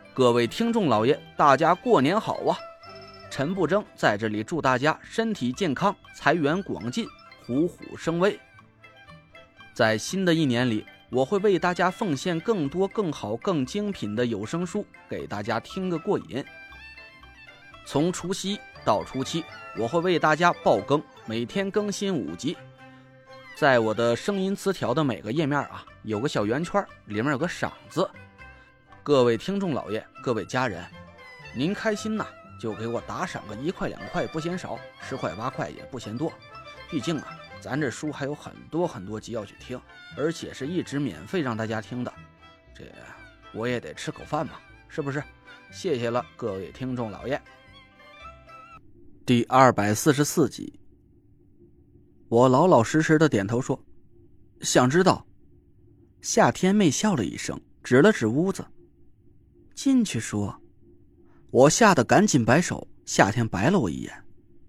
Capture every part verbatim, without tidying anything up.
各位听众老爷，大家过年好啊！陈不争在这里祝大家身体健康，财源广进，虎虎生威。在新的一年里，我会为大家奉献更多更好更精品的有声书给大家听个过瘾。从除夕到初七，我会为大家爆更，每天更新五集。在我的声音词条的每个页面啊，有个小圆圈，里面有个赏字。各位听众老爷，各位家人，您开心呐，就给我打赏个一块两块不嫌少，十块八块也不嫌多。毕竟啊，咱这书还有很多很多集要去听，而且是一直免费让大家听的，这我也得吃口饭嘛，是不是？谢谢了各位听众老爷。第二百四十四集，我老老实实的点头说：“想知道。”夏天妹笑了一声，指了指屋子：“进去说。”我吓得赶紧摆手，夏天白了我一眼：“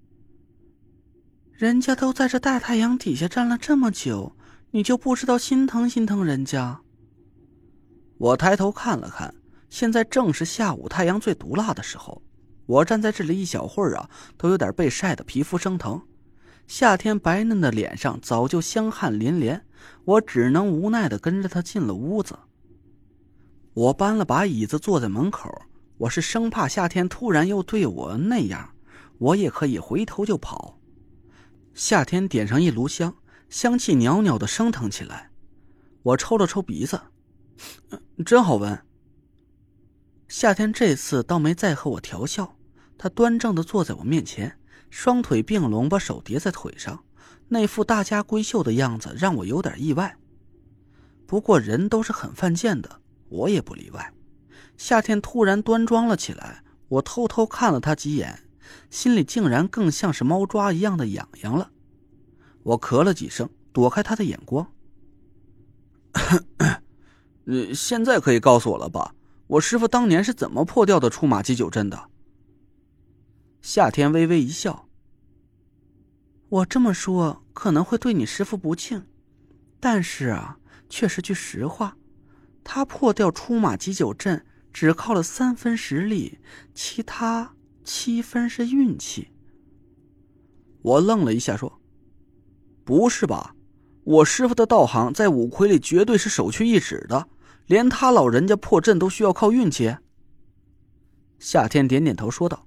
人家都在这大太阳底下站了这么久，你就不知道心疼心疼人家？”我抬头看了看，现在正是下午太阳最毒辣的时候，我站在这里一小会儿啊，都有点被晒得皮肤生疼。夏天白嫩的脸上早就香汗淋漓，我只能无奈地跟着他进了屋子。我搬了把椅子坐在门口，我是生怕夏天突然又对我那样，我也可以回头就跑。夏天点上一炉香，香气袅袅地升腾起来。我抽了抽鼻子，真好闻。夏天这次倒没再和我调笑，他端正地坐在我面前，双腿并拢，把手叠在腿上，那副大家闺秀的样子让我有点意外。不过人都是很犯贱的，我也不例外。夏天突然端庄了起来，我偷偷看了他几眼，心里竟然更像是猫抓一样的痒痒了。我咳了几声，躲开他的眼光。呃，现在可以告诉我了吧，我师父当年是怎么破掉的出马鸡酒阵的？夏天微微一笑：“我这么说可能会对你师父不敬，但是啊，却是句实话，他破掉出马鸡酒阵只靠了三分实力，其他七分是运气。”我愣了一下说：“不是吧，我师父的道行在五魁里绝对是首屈一指的，连他老人家破阵都需要靠运气。”夏天点点头说道：“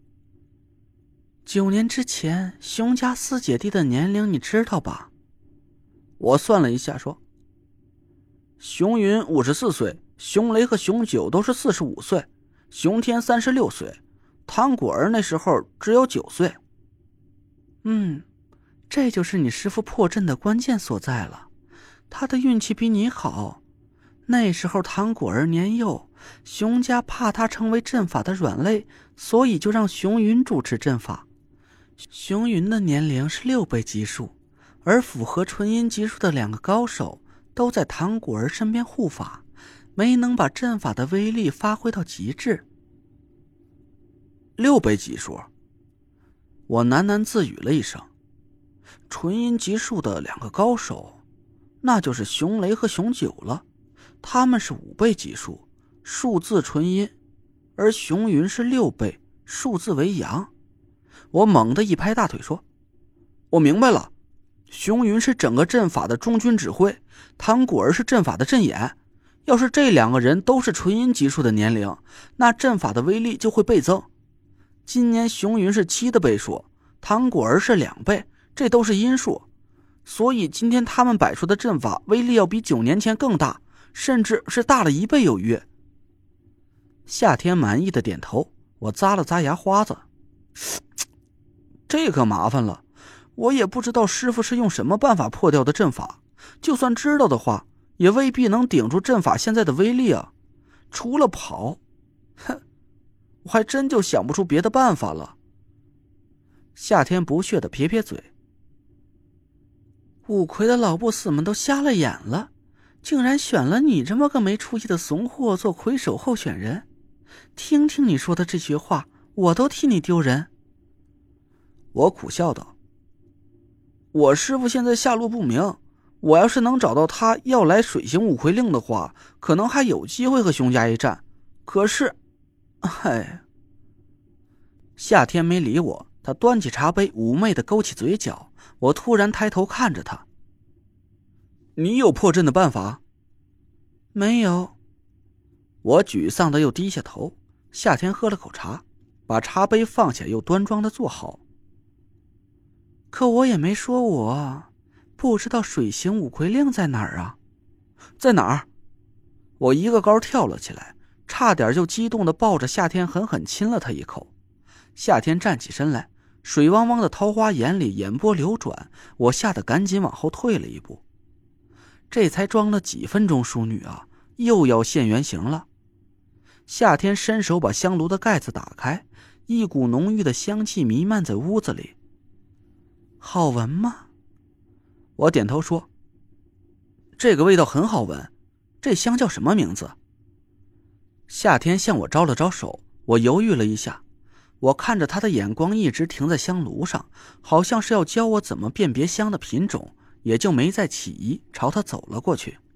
九年之前熊家四姐弟的年龄你知道吧？”我算了一下说：“熊云五十四岁，熊雷和熊九都是四十五岁，熊天三十六岁，唐果儿那时候只有九岁。”“嗯，这就是你师父破阵的关键所在了，他的运气比你好。那时候唐果儿年幼，熊家怕他成为阵法的软肋，所以就让熊云主持阵法。熊云的年龄是六倍级数，而符合纯阴级数的两个高手都在唐果儿身边护法，没能把阵法的威力发挥到极致。”“六倍级数？”我喃喃自语了一声。纯阴级数的两个高手，那就是熊雷和熊九了，他们是五倍级数，数字纯阴，而熊云是六倍，数字为阳。我猛地一拍大腿说：“我明白了，熊云是整个阵法的中军指挥，唐果儿是阵法的阵眼。要是这两个人都是纯阴级数的年龄，那阵法的威力就会倍增。今年熊云是七的倍数，唐果儿是两倍，这都是阴数，所以今天他们摆出的阵法威力要比九年前更大，甚至是大了一倍有余。”夏天满意的点头，我咂了咂牙花子：“这可麻烦了，我也不知道师父是用什么办法破掉的阵法，就算知道的话，也未必能顶住阵法现在的威力啊。除了跑，哼，我还真就想不出别的办法了。”夏天不屑地撇撇嘴：“五魁的老不死们都瞎了眼了，竟然选了你这么个没出息的怂货做魁首候选人。听听你说的这些话，我都替你丢人。”我苦笑道：“我师父现在下落不明，我要是能找到他要来水行五魁令的话，可能还有机会和熊家一战。可是哎，夏天没理我，他端起茶杯，妩媚的勾起嘴角。我突然抬头看着他。你有破阵的办法？没有。我沮丧的又低下头。夏天喝了口茶，把茶杯放下，又端庄的坐好。可我也没说我不知道水行五魁令在哪儿啊。在哪儿？我一个高跳了起来，差点就激动的抱着夏天狠狠亲了他一口。夏天站起身来，水汪汪的桃花眼里眼波流转，我吓得赶紧往后退了一步。这才装了几分钟淑女啊，又要现原形了。夏天伸手把香炉的盖子打开，一股浓郁的香气弥漫在屋子里。好闻吗？我点头说，这个味道很好闻。这香叫什么名字？夏天向我招了招手，我犹豫了一下。我看着他的眼光一直停在香炉上，好像是要教我怎么辨别香的品种，也就没再起疑，朝他走了过去。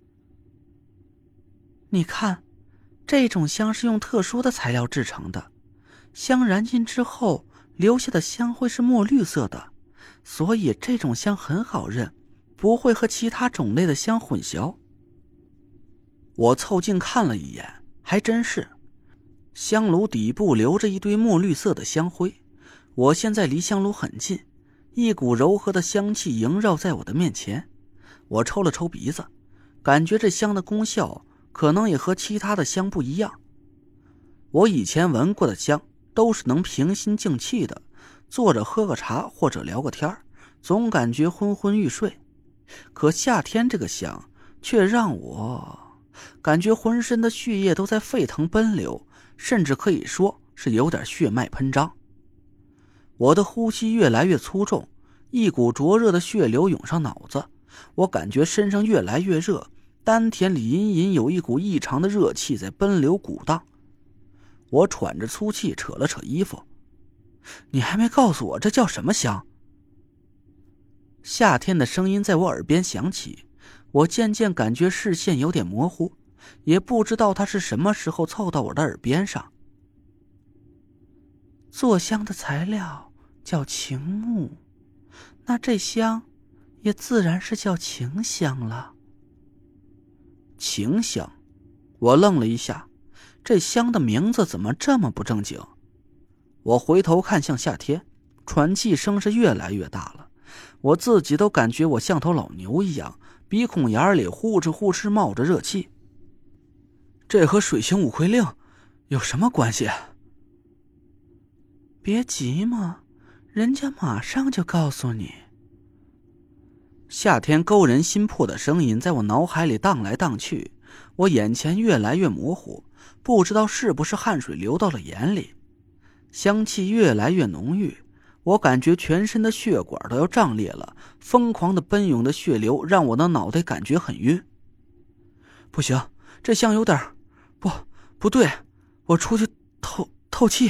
你看，这种香是用特殊的材料制成的，香燃尽之后留下的香会是墨绿色的，所以这种香很好认，不会和其他种类的香混淆。我凑近看了一眼，还真是。香炉底部留着一堆墨绿色的香灰，我现在离香炉很近，一股柔和的香气萦绕在我的面前。我抽了抽鼻子，感觉这香的功效可能也和其他的香不一样。我以前闻过的香都是能平心静气的，坐着喝个茶或者聊个天，总感觉昏昏欲睡。可夏天这个香却让我感觉浑身的血液都在沸腾奔流，甚至可以说是有点血脉喷张。我的呼吸越来越粗重，一股灼热的血流涌上脑子，我感觉身上越来越热，丹田里隐隐有一股异常的热气在奔流鼓荡。我喘着粗气，扯了扯衣服。你还没告诉我这叫什么香？夏天的声音在我耳边响起，我渐渐感觉视线有点模糊，也不知道他是什么时候凑到我的耳边上。做香的材料叫氰木，那这香也自然是叫氰香了。氰香？我愣了一下，这香的名字怎么这么不正经？我回头看向夏天，喘气声是越来越大了，我自己都感觉我像头老牛一样，鼻孔眼里呼哧呼哧冒着热气。这和水行五魁令有什么关系？别急嘛，人家马上就告诉你。夏天勾人心魄的声音在我脑海里荡来荡去，我眼前越来越模糊，不知道是不是汗水流到了眼里。香气越来越浓郁，我感觉全身的血管都要胀裂了，疯狂的奔涌的血流让我的脑袋感觉很晕。不行，这香有点不不对，我出去透透气。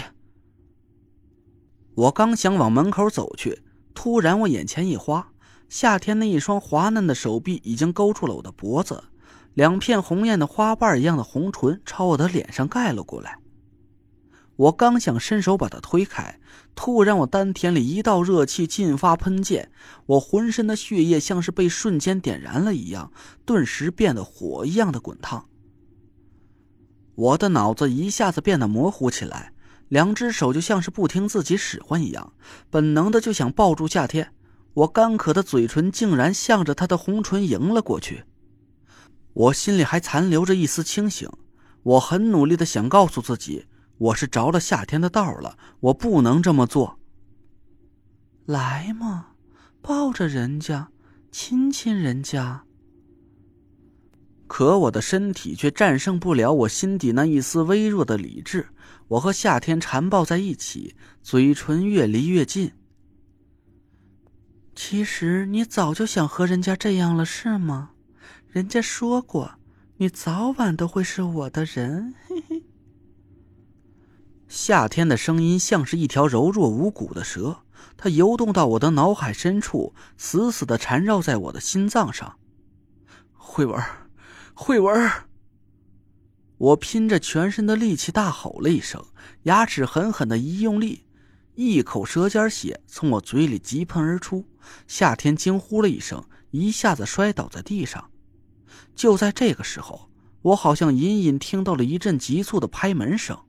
我刚想往门口走去，突然我眼前一花，夏天那一双滑嫩的手臂已经勾住了我的脖子，两片红艳的花瓣一样的红唇朝我的脸上盖了过来。我刚想伸手把它推开，突然我丹田里一道热气劲发喷溅，我浑身的血液像是被瞬间点燃了一样，顿时变得火一样的滚烫。我的脑子一下子变得模糊起来，两只手就像是不听自己使唤一样，本能的就想抱住夏天。我干渴的嘴唇竟然向着他的红唇迎了过去。我心里还残留着一丝清醒，我很努力的想告诉自己，我是着了夏天的道了，我不能这么做。来嘛，抱着人家，亲亲人家。可我的身体却战胜不了我心底那一丝微弱的理智，我和夏天缠抱在一起，嘴唇越离越近。其实你早就想和人家这样了，是吗？人家说过，你早晚都会是我的人。嘿嘿。夏天的声音像是一条柔弱无骨的蛇，它游动到我的脑海深处，死死地缠绕在我的心脏上。慧文，慧文！ 我拼着全身的力气大吼了一声，牙齿狠狠的一用力，一口舌尖血从我嘴里急喷而出。夏天惊呼了一声，一下子摔倒在地上。就在这个时候，我好像隐隐听到了一阵急促的拍门声。